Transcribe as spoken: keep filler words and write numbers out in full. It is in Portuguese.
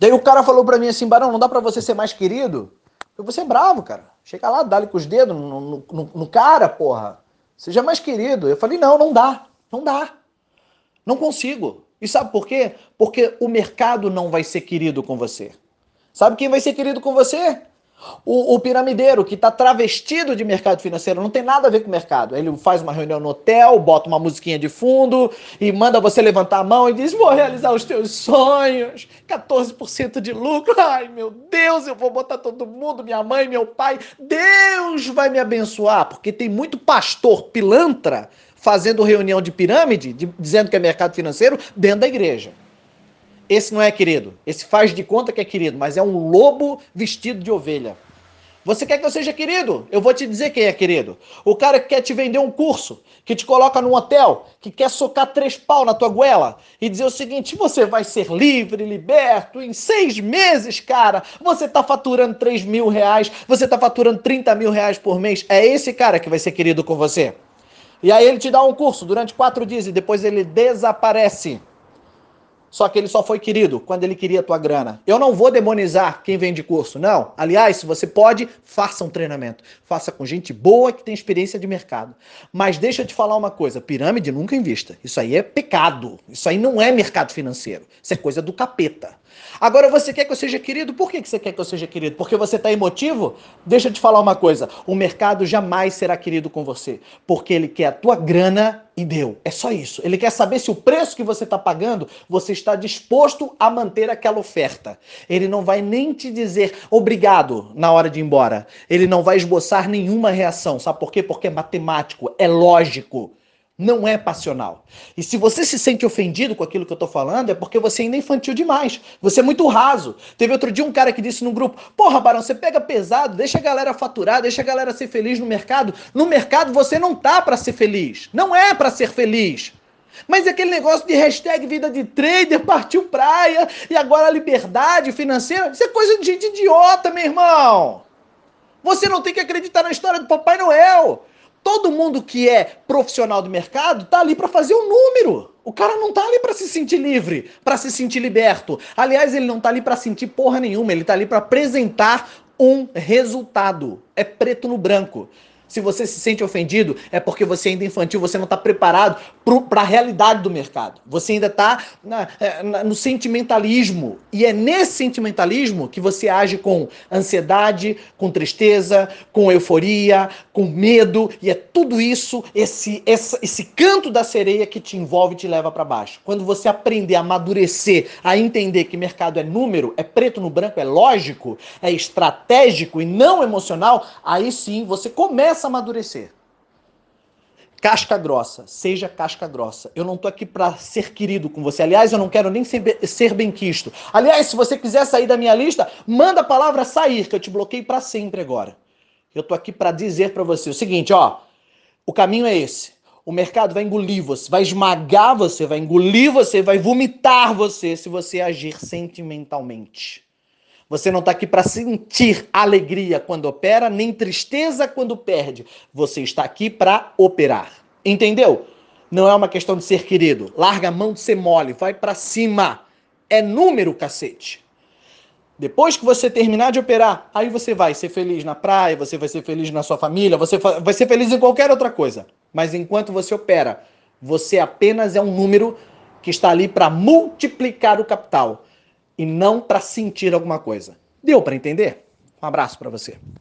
Daí o cara falou pra mim assim, Barão, não dá pra você ser mais querido? Eu vou ser bravo, cara. Chega lá, dá-lhe com os dedos no, no, no, no cara, porra. Seja mais querido. Eu falei, não, não dá. Não dá. Não consigo. E sabe por quê? Porque o mercado não vai ser querido com você. Sabe quem vai ser querido com você? O, o piramideiro que está travestido de mercado financeiro, não tem nada a ver com o mercado. Ele faz uma reunião no hotel, bota uma musiquinha de fundo e manda você levantar a mão e diz, vou realizar os teus sonhos, quatorze por cento de lucro, ai meu Deus, eu vou botar todo mundo, minha mãe, meu pai, Deus vai me abençoar, porque tem muito pastor pilantra fazendo reunião de pirâmide, de, dizendo que é mercado financeiro, dentro da igreja. Esse não é querido. Esse faz de conta que é querido, mas é um lobo vestido de ovelha. Você quer que eu seja querido? Eu vou te dizer quem é querido. O cara que quer te vender um curso, que te coloca num hotel, que quer socar três pau na tua goela e dizer o seguinte, você vai ser livre, liberto, em seis meses, cara, você tá faturando três mil reais, você tá faturando trinta mil reais por mês. É esse cara que vai ser querido com você. E aí ele te dá um curso durante quatro dias e depois ele desaparece. Só que ele só foi querido quando ele queria a tua grana. Eu não vou demonizar quem vende curso, não. Aliás, se você pode, faça um treinamento. Faça com gente boa que tem experiência de mercado. Mas deixa eu te falar uma coisa, pirâmide nunca invista. Isso aí é pecado. Isso aí não é mercado financeiro. Isso é coisa do capeta. Agora, você quer que eu seja querido? Por que você quer que eu seja querido? Porque você está emotivo? Deixa eu te falar uma coisa. O mercado jamais será querido com você. Porque ele quer a tua grana e deu. É só isso. Ele quer saber se o preço que você está pagando, você está disposto a manter aquela oferta. Ele não vai nem te dizer obrigado na hora de ir embora. Ele não vai esboçar nenhuma reação. Sabe por quê? Porque é matemático, é lógico. Não é passional. E se você se sente ofendido com aquilo que eu tô falando, é porque você ainda é infantil demais. Você é muito raso. Teve outro dia um cara que disse no grupo, porra, Barão, você pega pesado, deixa a galera faturar, deixa a galera ser feliz no mercado. No mercado você não tá pra ser feliz. Não é pra ser feliz. Mas aquele negócio de hashtag vida de trader, partiu praia, e agora a liberdade financeira, isso é coisa de gente idiota, meu irmão. Você não tem que acreditar na história do Papai Noel. Todo mundo que é profissional do mercado tá ali para fazer um número. O cara não tá ali para se sentir livre, para se sentir liberto. Aliás, ele não tá ali para sentir porra nenhuma, ele tá ali para apresentar um resultado. É preto no branco. Se você se sente ofendido, é porque você ainda é infantil, você não está preparado para a realidade do mercado. Você ainda está no sentimentalismo. E é nesse sentimentalismo que você age com ansiedade, com tristeza, com euforia, com medo. E é tudo isso, esse, esse, esse canto da sereia que te envolve e te leva para baixo. Quando você aprender a amadurecer, a entender que mercado é número, é preto no branco, é lógico, é estratégico e não emocional, aí sim você começa a amadurecer. Casca grossa, seja casca grossa. Eu não tô aqui para ser querido com você. Aliás, eu não quero nem ser, ser benquisto. Aliás, se você quiser sair da minha lista, manda a palavra sair, que eu te bloqueio para sempre agora. Eu tô aqui para dizer para você o seguinte, ó, o caminho é esse. O mercado vai engolir você, vai esmagar você, vai engolir você, vai vomitar você se você agir sentimentalmente. Você não está aqui para sentir alegria quando opera, nem tristeza quando perde. Você está aqui para operar. Entendeu? Não é uma questão de ser querido. Larga a mão de ser mole, vai para cima. É número, cacete. Depois que você terminar de operar, aí você vai ser feliz na praia, você vai ser feliz na sua família, você vai ser feliz em qualquer outra coisa. Mas enquanto você opera, você apenas é um número que está ali para multiplicar o capital. E não para sentir alguma coisa. Deu para entender? Um abraço para você.